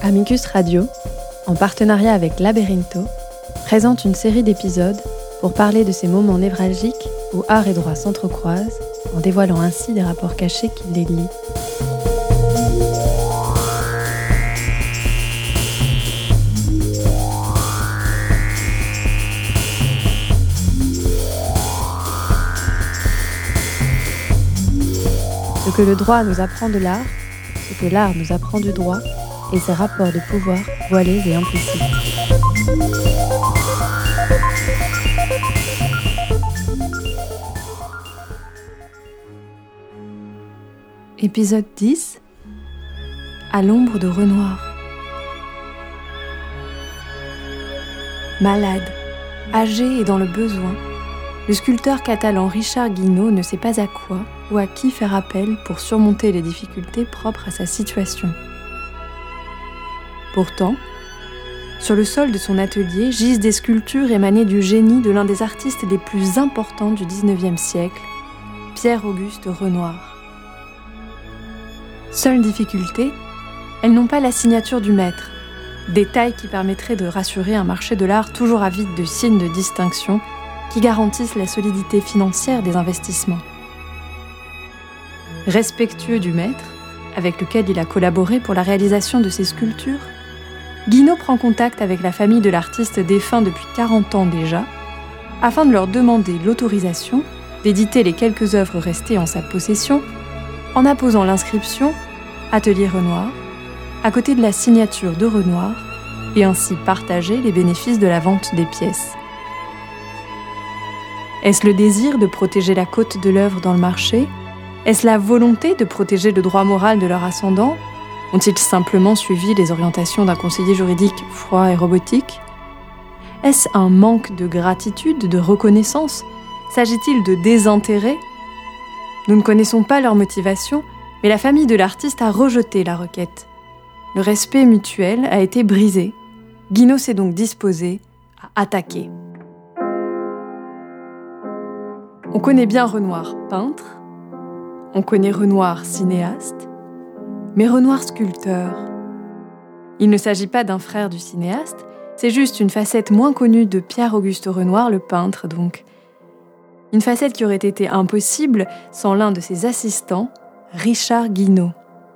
Amicus Radio, en partenariat avec Laberinto, présente une série d'épisodes pour parler de ces moments névralgiques où art et droit s'entrecroisent, en dévoilant ainsi des rapports cachés qui les lient. Ce que le droit nous apprend de l'art, ce que l'art nous apprend du droit, et ses rapports de pouvoir voilés et implicites. Épisode 10. À l'ombre de Renoir. Malade, âgé et dans le besoin, le sculpteur catalan Richard Guinaud ne sait pas à quoi ou à qui faire appel pour surmonter les difficultés propres à sa situation. Pourtant, sur le sol de son atelier gisent des sculptures émanées du génie de l'un des artistes les plus importants du XIXe siècle, Pierre-Auguste Renoir. Seule difficulté, elles n'ont pas la signature du maître, détail qui permettrait de rassurer un marché de l'art toujours avide de signes de distinction qui garantissent la solidité financière des investissements. Respectueux du maître, avec lequel il a collaboré pour la réalisation de ses sculptures, Guinaud prend contact avec la famille de l'artiste défunt depuis 40 ans déjà, afin de leur demander l'autorisation d'éditer les quelques œuvres restées en sa possession, en apposant l'inscription « Atelier Renoir » à côté de la signature de Renoir, et ainsi partager les bénéfices de la vente des pièces. Est-ce le désir de protéger la cote de l'œuvre dans le marché ? Est-ce la volonté de protéger le droit moral de leur ascendant ? Ont-ils simplement suivi les orientations d'un conseiller juridique froid et robotique ? Est-ce un manque de gratitude, de reconnaissance ? S'agit-il de désintérêt ? Nous ne connaissons pas leur motivation, mais la famille de l'artiste a rejeté la requête. Le respect mutuel a été brisé. Guinaud s'est donc disposé à attaquer. On connaît bien Renoir, peintre. On connaît Renoir, cinéaste. Mais Renoir, sculpteur. Il ne s'agit pas d'un frère du cinéaste, c'est juste une facette moins connue de Pierre-Auguste Renoir, le peintre donc. Une facette qui aurait été impossible sans l'un de ses assistants, Richard Guinaud.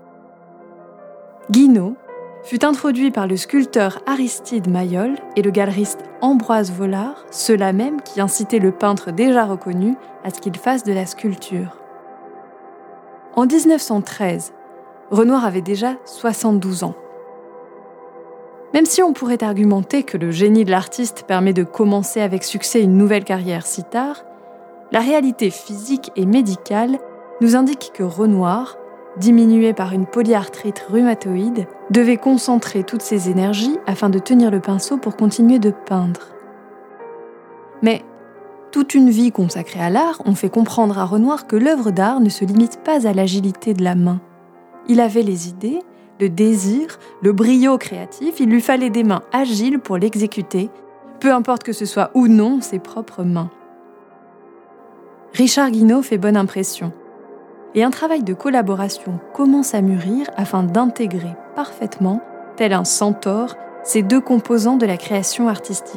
Guinaud fut introduit par le sculpteur Aristide Maillol et le galeriste Ambroise Vollard, ceux-là même qui incitaient le peintre déjà reconnu à ce qu'il fasse de la sculpture. En 1913, Renoir avait déjà 72 ans. Même si on pourrait argumenter que le génie de l'artiste permet de commencer avec succès une nouvelle carrière si tard, la réalité physique et médicale nous indique que Renoir, diminué par une polyarthrite rhumatoïde, devait concentrer toutes ses énergies afin de tenir le pinceau pour continuer de peindre. Mais toute une vie consacrée à l'art ont fait comprendre à Renoir que l'œuvre d'art ne se limite pas à l'agilité de la main. Il avait les idées, le désir, le brio créatif, il lui fallait des mains agiles pour l'exécuter, peu importe que ce soit ou non ses propres mains. Richard Guinaud fait bonne impression, et un travail de collaboration commence à mûrir afin d'intégrer parfaitement, tel un centaure, ces deux composants de la création artistique.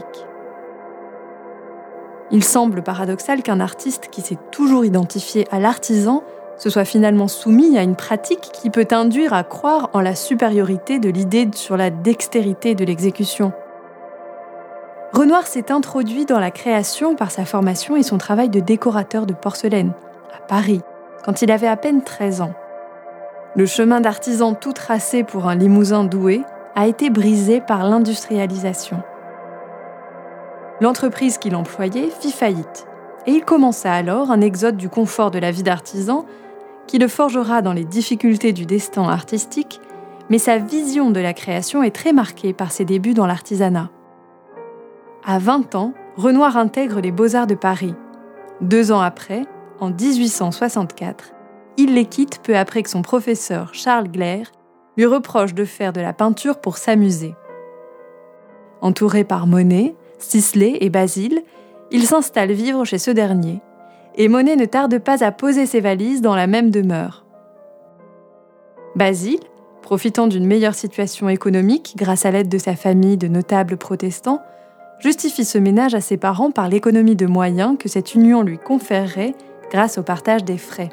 Il semble paradoxal qu'un artiste qui s'est toujours identifié à l'artisan se soit finalement soumis à une pratique qui peut induire à croire en la supériorité de l'idée sur la dextérité de l'exécution. Renoir s'est introduit dans la création par sa formation et son travail de décorateur de porcelaine, à Paris, quand il avait à peine 13 ans. Le chemin d'artisan tout tracé pour un Limousin doué a été brisé par l'industrialisation. L'entreprise qu'il employait fit faillite, et il commença alors un exode du confort de la vie d'artisan qui le forgera dans les difficultés du destin artistique, mais sa vision de la création est très marquée par ses débuts dans l'artisanat. À 20 ans, Renoir intègre les Beaux-Arts de Paris. 2 ans après, en 1864, il les quitte peu après que son professeur Charles Gleyre lui reproche de faire de la peinture pour s'amuser. Entouré par Monet, Sisley et Basile, il s'installe vivre chez ce dernier, et Monet ne tarde pas à poser ses valises dans la même demeure. Basile, profitant d'une meilleure situation économique grâce à l'aide de sa famille de notables protestants, justifie ce ménage à ses parents par l'économie de moyens que cette union lui conférerait grâce au partage des frais.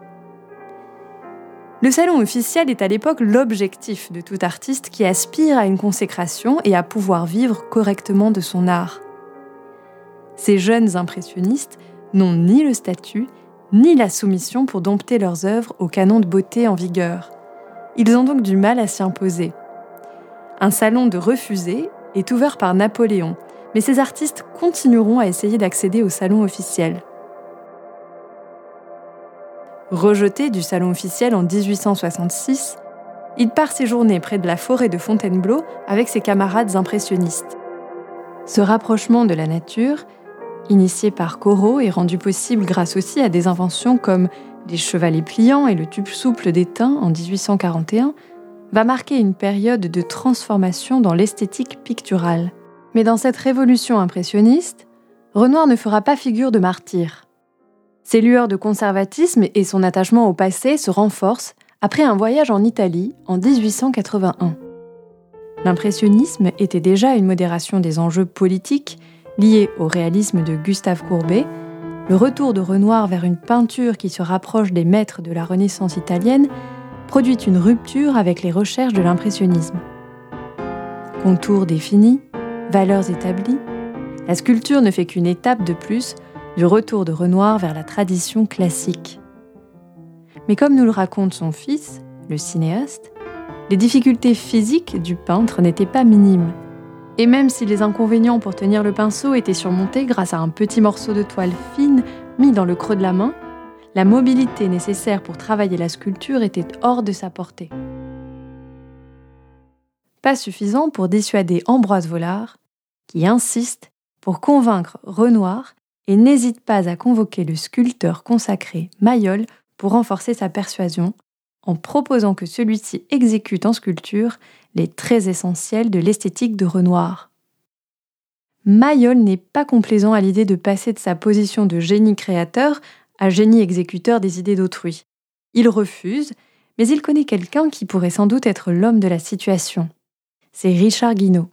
Le salon officiel est à l'époque l'objectif de tout artiste qui aspire à une consécration et à pouvoir vivre correctement de son art. Ces jeunes impressionnistes n'ont ni le statut, ni la soumission pour dompter leurs œuvres au canon de beauté en vigueur. Ils ont donc du mal à s'y imposer. Un salon de refusés est ouvert par Napoléon, mais ces artistes continueront à essayer d'accéder au salon officiel. Rejeté du salon officiel en 1866, il part séjourner près de la forêt de Fontainebleau avec ses camarades impressionnistes. Ce rapprochement de la nature, initié par Corot et rendu possible grâce aussi à des inventions comme les chevalets pliants et le tube souple d'étain en 1841, va marquer une période de transformation dans l'esthétique picturale. Mais dans cette révolution impressionniste, Renoir ne fera pas figure de martyr. Ses lueurs de conservatisme et son attachement au passé se renforcent après un voyage en Italie en 1881. L'impressionnisme était déjà une modération des enjeux politiques liés au réalisme de Gustave Courbet. Le retour de Renoir vers une peinture qui se rapproche des maîtres de la Renaissance italienne produit une rupture avec les recherches de l'impressionnisme. Contours définis, valeurs établies, la sculpture ne fait qu'une étape de plus du retour de Renoir vers la tradition classique. Mais comme nous le raconte son fils, le cinéaste, les difficultés physiques du peintre n'étaient pas minimes. Et même si les inconvénients pour tenir le pinceau étaient surmontés grâce à un petit morceau de toile fine mis dans le creux de la main, la mobilité nécessaire pour travailler la sculpture était hors de sa portée. Pas suffisant pour dissuader Ambroise Vollard, qui insiste pour convaincre Renoir et n'hésite pas à convoquer le sculpteur consacré Mayol pour renforcer sa persuasion, en proposant que celui-ci exécute en sculpture les traits essentiels de l'esthétique de Renoir. Mayol n'est pas complaisant à l'idée de passer de sa position de génie créateur à génie exécuteur des idées d'autrui. Il refuse, mais il connaît quelqu'un qui pourrait sans doute être l'homme de la situation. C'est Richard Guinaud.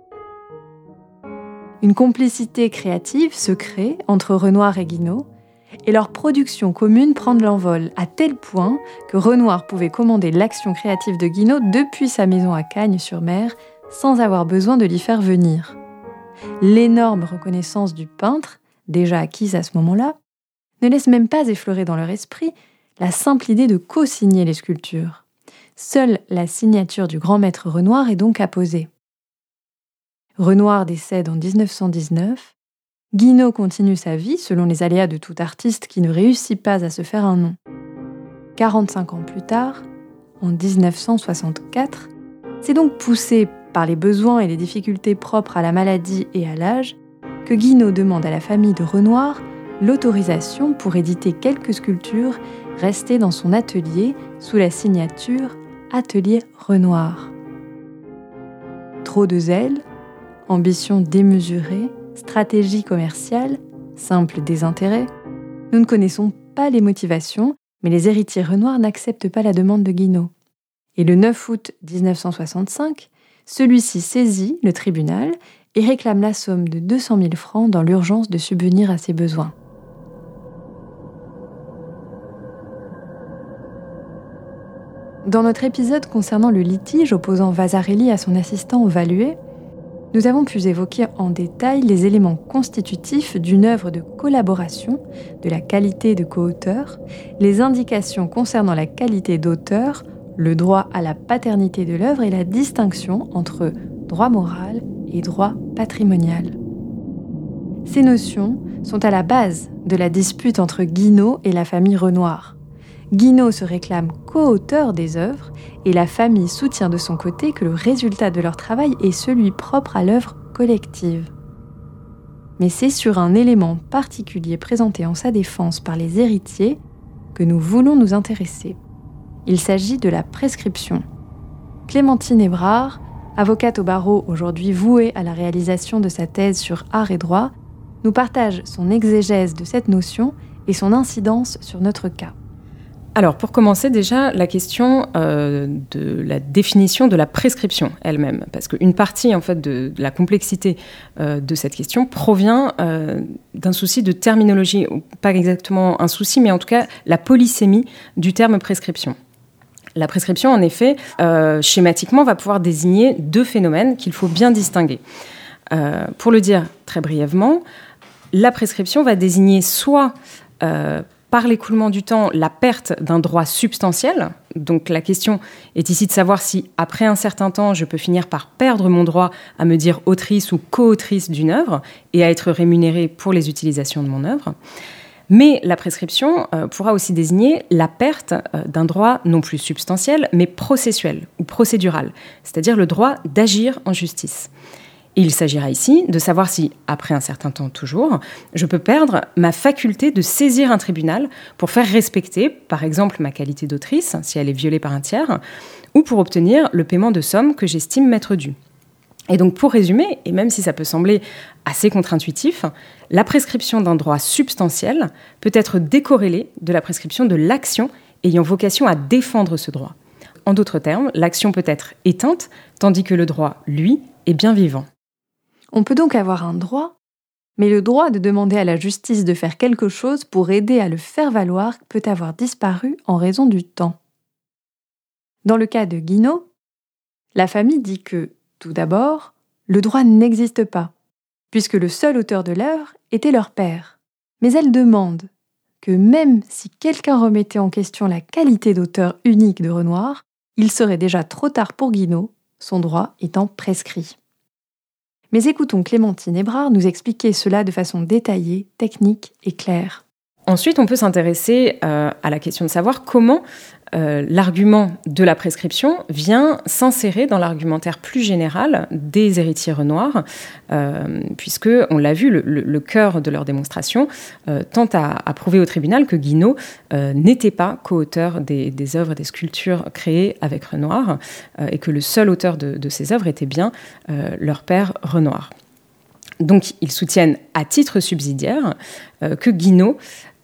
Une complicité créative se crée entre Renoir et Guinaud, et leur production commune prend de l'envol, à tel point que Renoir pouvait commander l'action créative de Guinaud depuis sa maison à Cagnes-sur-Mer, sans avoir besoin de l'y faire venir. L'énorme reconnaissance du peintre, déjà acquise à ce moment-là, ne laisse même pas effleurer dans leur esprit la simple idée de co-signer les sculptures. Seule la signature du grand maître Renoir est donc apposée. Renoir décède en 1919. Guinaud continue sa vie selon les aléas de tout artiste qui ne réussit pas à se faire un nom. 45 ans plus tard, en 1964, c'est donc poussé par les besoins et les difficultés propres à la maladie et à l'âge que Guinaud demande à la famille de Renoir l'autorisation pour éditer quelques sculptures restées dans son atelier sous la signature Atelier Renoir. Trop de zèle, ambition démesurée, stratégie commerciale, simple désintérêt. Nous ne connaissons pas les motivations, mais les héritiers Renoir n'acceptent pas la demande de Guinaud. Et le 9 août 1965, celui-ci saisit le tribunal et réclame la somme de 200 000 francs dans l'urgence de subvenir à ses besoins. Dans notre épisode concernant le litige opposant Vasarely à son assistant Valué, nous avons pu évoquer en détail les éléments constitutifs d'une œuvre de collaboration, de la qualité de co-auteur, les indications concernant la qualité d'auteur, le droit à la paternité de l'œuvre et la distinction entre droit moral et droit patrimonial. Ces notions sont à la base de la dispute entre Guinaud et la famille Renoir. Guinaud se réclame co-auteur des œuvres et la famille soutient de son côté que le résultat de leur travail est celui propre à l'œuvre collective. Mais c'est sur un élément particulier présenté en sa défense par les héritiers que nous voulons nous intéresser. Il s'agit de la prescription. Clémentine Hébrard, avocate au barreau aujourd'hui vouée à la réalisation de sa thèse sur art et droit, nous partage son exégèse de cette notion et son incidence sur notre cas. Alors, pour commencer, déjà, la question de la définition de la prescription elle-même, parce qu'une partie, en fait, de la complexité de cette question provient d'un souci de terminologie, pas exactement un souci, mais en tout cas, la polysémie du terme prescription. La prescription, en effet, schématiquement, va pouvoir désigner deux phénomènes qu'il faut bien distinguer. Pour le dire très brièvement, la prescription va désigner soit par l'écoulement du temps, la perte d'un droit substantiel. Donc la question est ici de savoir si, après un certain temps, je peux finir par perdre mon droit à me dire autrice ou co-autrice d'une œuvre et à être rémunérée pour les utilisations de mon œuvre. Mais la prescription pourra aussi désigner la perte d'un droit non plus substantiel, mais processuel ou procédural, c'est-à-dire le droit d'agir en justice. Et il s'agira ici de savoir si, après un certain temps toujours, je peux perdre ma faculté de saisir un tribunal pour faire respecter, par exemple, ma qualité d'autrice, si elle est violée par un tiers, ou pour obtenir le paiement de sommes que j'estime m'être dues. Et donc, pour résumer, et même si ça peut sembler assez contre-intuitif, la prescription d'un droit substantiel peut être décorrélée de la prescription de l'action ayant vocation à défendre ce droit. En d'autres termes, l'action peut être éteinte, tandis que le droit, lui, est bien vivant. On peut donc avoir un droit, mais le droit de demander à la justice de faire quelque chose pour aider à le faire valoir peut avoir disparu en raison du temps. Dans le cas de Guinaud, la famille dit que, tout d'abord, le droit n'existe pas, puisque le seul auteur de l'œuvre était leur père. Mais elle demande que même si quelqu'un remettait en question la qualité d'auteur unique de Renoir, il serait déjà trop tard pour Guinaud, son droit étant prescrit. Mais écoutons Clémentine Hébrard nous expliquer cela de façon détaillée, technique et claire. Ensuite, on peut s'intéresser à la question de savoir comment l'argument de la prescription vient s'insérer dans l'argumentaire plus général des héritiers Renoir, puisque, on l'a vu, le cœur de leur démonstration tente à prouver au tribunal que Guinaud n'était pas co-auteur des œuvres, des sculptures créées avec Renoir, et que le seul auteur de ces œuvres était bien leur père Renoir. Donc, ils soutiennent à titre subsidiaire que Guinaud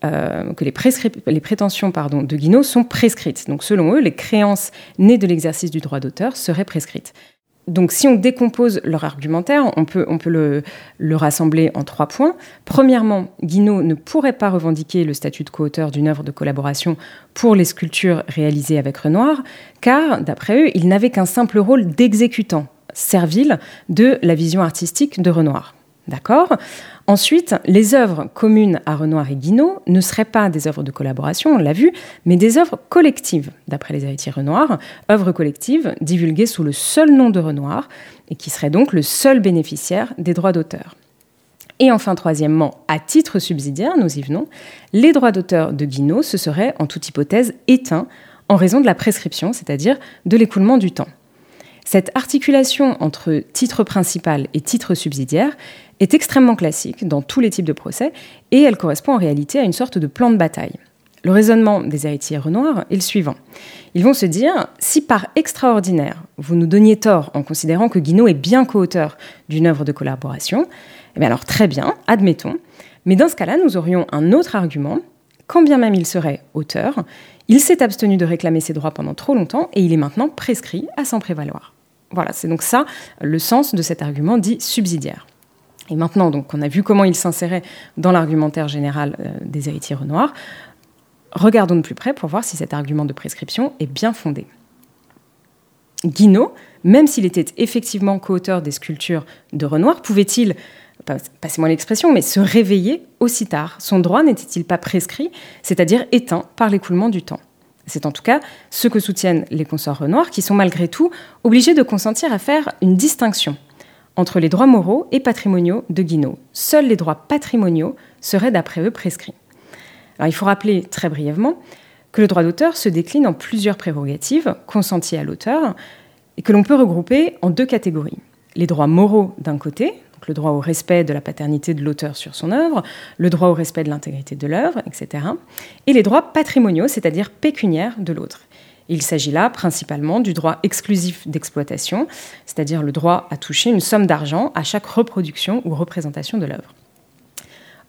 que les prétentions de Guinaud sont prescrites. Donc, selon eux, les créances nées de l'exercice du droit d'auteur seraient prescrites. Donc, si on décompose leur argumentaire, on peut le rassembler en 3 points. Premièrement, Guinaud ne pourrait pas revendiquer le statut de co-auteur d'une œuvre de collaboration pour les sculptures réalisées avec Renoir, car, d'après eux, il n'avait qu'un simple rôle d'exécutant, servile de la vision artistique de Renoir. D'accord ? Ensuite, les œuvres communes à Renoir et Guinaud ne seraient pas des œuvres de collaboration, on l'a vu, mais des œuvres collectives, d'après les héritiers Renoir, œuvres collectives divulguées sous le seul nom de Renoir et qui seraient donc le seul bénéficiaire des droits d'auteur. Et enfin, troisièmement, à titre subsidiaire, nous y venons, les droits d'auteur de Guinaud se seraient en toute hypothèse éteints en raison de la prescription, c'est-à-dire de l'écoulement du temps. Cette articulation entre titre principal et titre subsidiaire est extrêmement classique dans tous les types de procès et elle correspond en réalité à une sorte de plan de bataille. Le raisonnement des héritiers Renoir est le suivant. Ils vont se dire, si par extraordinaire, vous nous donniez tort en considérant que Guinaud est bien co-auteur d'une œuvre de collaboration, eh bien alors très bien, admettons, mais dans ce cas-là, nous aurions un autre argument. Quand bien même il serait auteur, il s'est abstenu de réclamer ses droits pendant trop longtemps et il est maintenant prescrit à s'en prévaloir. Voilà, c'est donc ça le sens de cet argument dit subsidiaire. Et maintenant, donc, on a vu comment il s'insérait dans l'argumentaire général des héritiers Renoir. Regardons de plus près pour voir si cet argument de prescription est bien fondé. Guinaud, même s'il était effectivement co-auteur des sculptures de Renoir, pouvait-il, passez-moi l'expression, mais se réveiller aussi tard ? Son droit n'était-il pas prescrit, c'est-à-dire éteint par l'écoulement du temps ? C'est en tout cas ce que soutiennent les consorts Renoir, qui sont malgré tout obligés de consentir à faire une distinction entre les droits moraux et patrimoniaux de Guinaud. Seuls les droits patrimoniaux seraient d'après eux prescrits. Alors, il faut rappeler très brièvement que le droit d'auteur se décline en plusieurs prérogatives consenties à l'auteur et que l'on peut regrouper en 2 catégories. Les droits moraux d'un côté, donc le droit au respect de la paternité de l'auteur sur son œuvre, le droit au respect de l'intégrité de l'œuvre, etc. Et les droits patrimoniaux, c'est-à-dire pécuniaires de l'autre. Il s'agit là principalement du droit exclusif d'exploitation, c'est-à-dire le droit à toucher une somme d'argent à chaque reproduction ou représentation de l'œuvre.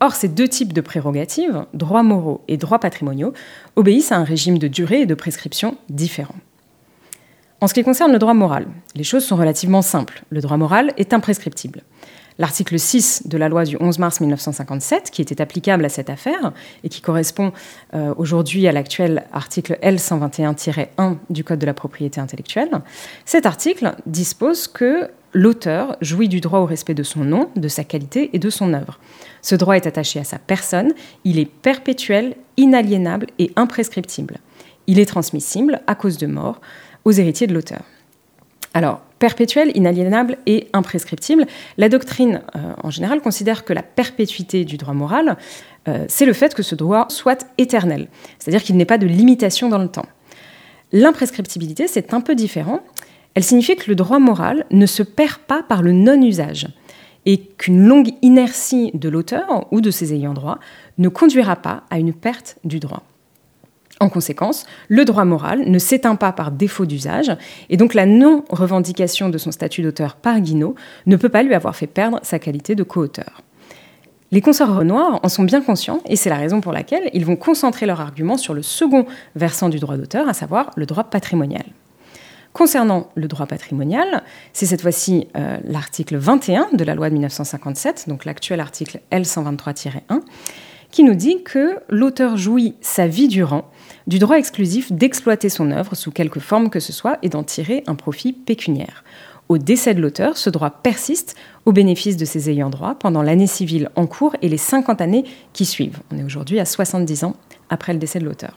Or, ces deux types de prérogatives, droits moraux et droits patrimoniaux, obéissent à un régime de durée et de prescription différents. En ce qui concerne le droit moral, les choses sont relativement simples. Le droit moral est imprescriptible. L'article 6 de la loi du 11 mars 1957, qui était applicable à cette affaire et qui correspond aujourd'hui à l'actuel article L121-1 du Code de la propriété intellectuelle, cet article dispose que l'auteur jouit du droit au respect de son nom, de sa qualité et de son œuvre. Ce droit est attaché à sa personne, il est perpétuel, inaliénable et imprescriptible. Il est transmissible, à cause de mort, aux héritiers de l'auteur. Alors, perpétuel, inaliénable et imprescriptible, la doctrine, en général, considère que la perpétuité du droit moral, c'est le fait que ce droit soit éternel, c'est-à-dire qu'il n'ait pas de limitation dans le temps. L'imprescriptibilité, c'est un peu différent. Elle signifie que le droit moral ne se perd pas par le non-usage et qu'une longue inertie de l'auteur ou de ses ayants droit ne conduira pas à une perte du droit. En conséquence, le droit moral ne s'éteint pas par défaut d'usage et donc la non-revendication de son statut d'auteur par Guinaud ne peut pas lui avoir fait perdre sa qualité de co-auteur. Les consorts Renoir en sont bien conscients et c'est la raison pour laquelle ils vont concentrer leur argument sur le second versant du droit d'auteur, à savoir le droit patrimonial. Concernant le droit patrimonial, c'est cette fois-ci l'article 21 de la loi de 1957, donc l'actuel article L123-1, qui nous dit que l'auteur jouit sa vie durant du droit exclusif d'exploiter son œuvre sous quelque forme que ce soit et d'en tirer un profit pécuniaire. Au décès de l'auteur, ce droit persiste au bénéfice de ses ayants droit pendant l'année civile en cours et les 50 années qui suivent. On est aujourd'hui à 70 ans après le décès de l'auteur.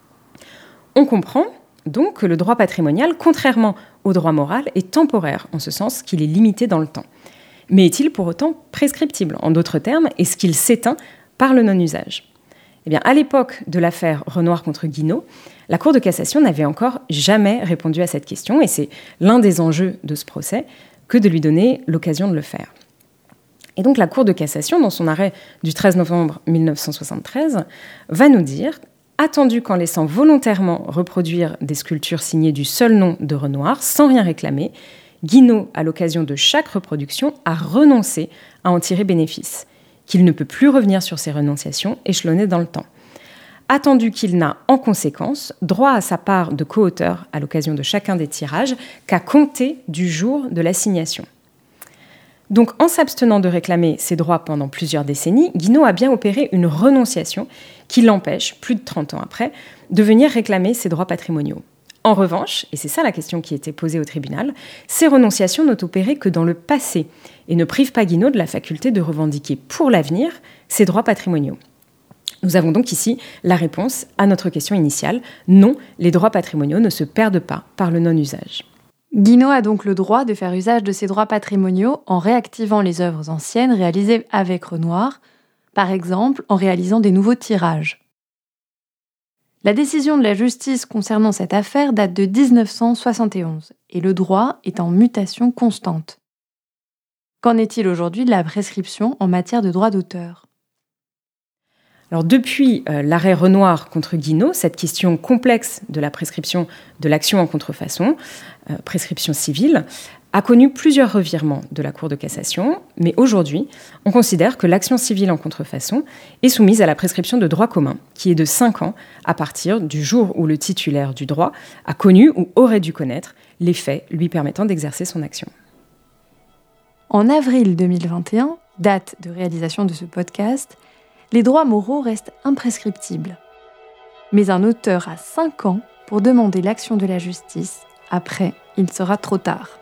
On comprend donc que le droit patrimonial, contrairement au droit moral, est temporaire, en ce sens qu'il est limité dans le temps. Mais est-il pour autant prescriptible ? En d'autres termes, est-ce qu'il s'éteint par le non-usage ? Eh bien, à l'époque de l'affaire Renoir contre Guinaud, la Cour de cassation n'avait encore jamais répondu à cette question, et c'est l'un des enjeux de ce procès que de lui donner l'occasion de le faire. Et donc la Cour de cassation, dans son arrêt du 13 novembre 1973, va nous dire « Attendu qu'en laissant volontairement reproduire des sculptures signées du seul nom de Renoir, sans rien réclamer, Guinaud, à l'occasion de chaque reproduction, a renoncé à en tirer bénéfice, qu'il ne peut plus revenir sur ses renonciations échelonnées dans le temps. Attendu qu'il n'a, en conséquence, droit à sa part de co-auteur à l'occasion de chacun des tirages qu'à compter du jour de l'assignation. » Donc, en s'abstenant de réclamer ses droits pendant plusieurs décennies, Guinaud a bien opéré une renonciation qui l'empêche, plus de 30 ans après, de venir réclamer ses droits patrimoniaux. En revanche, et c'est ça la question qui était posée au tribunal, ces renonciations n'ont opéré que dans le passé et ne privent pas Guinaud de la faculté de revendiquer pour l'avenir ses droits patrimoniaux. Nous avons donc ici la réponse à notre question initiale. Non, les droits patrimoniaux ne se perdent pas par le non-usage. Guinaud a donc le droit de faire usage de ses droits patrimoniaux en réactivant les œuvres anciennes réalisées avec Renoir, par exemple en réalisant des nouveaux tirages. La décision de la justice concernant cette affaire date de 1971 et le droit est en mutation constante. Qu'en est-il aujourd'hui de la prescription en matière de droit d'auteur ? Alors depuis l'arrêt Renoir contre Guinaud, cette question complexe de la prescription de l'action en contrefaçon, prescription civile, a connu plusieurs revirements de la Cour de cassation, mais aujourd'hui, on considère que l'action civile en contrefaçon est soumise à la prescription de droit commun, qui est de 5 ans à partir du jour où le titulaire du droit a connu ou aurait dû connaître les faits lui permettant d'exercer son action. En avril 2021, date de réalisation de ce podcast, les droits moraux restent imprescriptibles. Mais un auteur a 5 ans pour demander l'action de la justice. Après, il sera trop tard.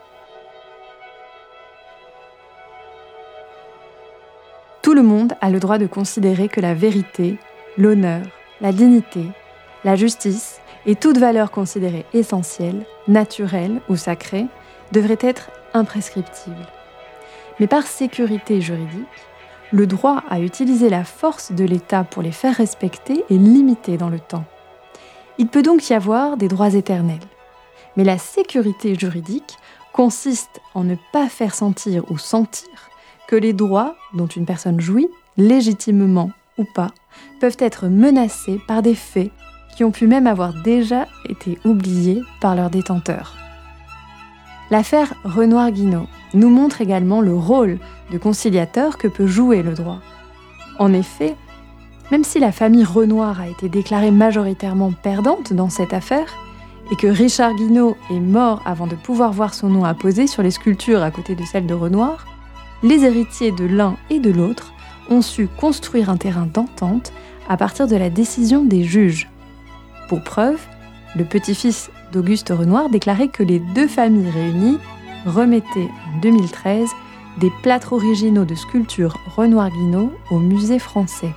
Tout le monde a le droit de considérer que la vérité, l'honneur, la dignité, la justice et toute valeur considérée essentielle, naturelle ou sacrée devrait être imprescriptible. Mais par sécurité juridique, le droit à utiliser la force de l'État pour les faire respecter est limité dans le temps. Il peut donc y avoir des droits éternels. Mais la sécurité juridique consiste en ne pas faire sentir ou sentir que les droits dont une personne jouit, légitimement ou pas, peuvent être menacés par des faits qui ont pu même avoir déjà été oubliés par leurs détenteurs. L'affaire Renoir-Guinaud nous montre également le rôle de conciliateur que peut jouer le droit. En effet, même si la famille Renoir a été déclarée majoritairement perdante dans cette affaire, et que Richard Guinaud est mort avant de pouvoir voir son nom apposé sur les sculptures à côté de celles de Renoir, les héritiers de l'un et de l'autre ont su construire un terrain d'entente à partir de la décision des juges. Pour preuve, le petit-fils d'Auguste Renoir déclarait que les deux familles réunies remettaient en 2013 des plâtres originaux de sculptures Renoir-Guinaud au Musée français.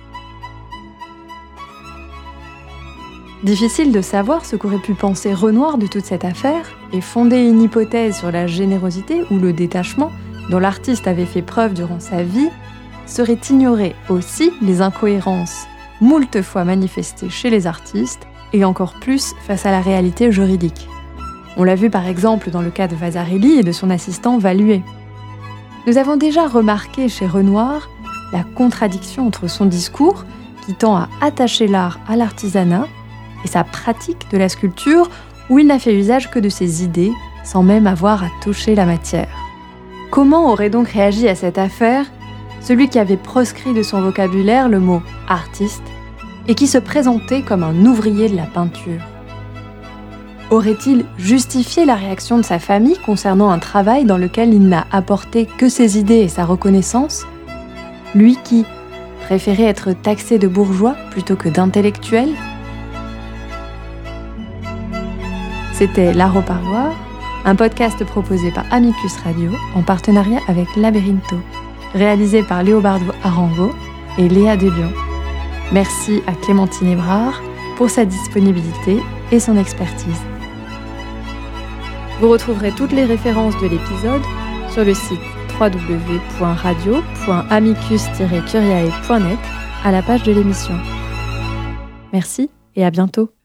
Difficile de savoir ce qu'aurait pu penser Renoir de toute cette affaire et fonder une hypothèse sur la générosité ou le détachement dont l'artiste avait fait preuve durant sa vie serait ignorer aussi les incohérences moult fois manifestées chez les artistes et encore plus face à la réalité juridique. On l'a vu par exemple dans le cas de Vasarely et de son assistant Valué. Nous avons déjà remarqué chez Renoir la contradiction entre son discours qui tend à attacher l'art à l'artisanat et sa pratique de la sculpture où il n'a fait usage que de ses idées sans même avoir à toucher la matière. Comment aurait donc réagi à cette affaire celui qui avait proscrit de son vocabulaire le mot « artiste » et qui se présentait comme un ouvrier de la peinture ? Aurait-il justifié la réaction de sa famille concernant un travail dans lequel il n'a apporté que ses idées et sa reconnaissance ? Lui qui préférait être taxé de bourgeois plutôt que d'intellectuel ? C'était L'Art au Parloir, un podcast proposé par Amicus Radio en partenariat avec Laberinto, réalisé par Léobardo Arango et Léa Delion. Merci à Clémentine Hébrard pour sa disponibilité et son expertise. Vous retrouverez toutes les références de l'épisode sur le site www.radio.amicus-curiae.net à la page de l'émission. Merci et à bientôt.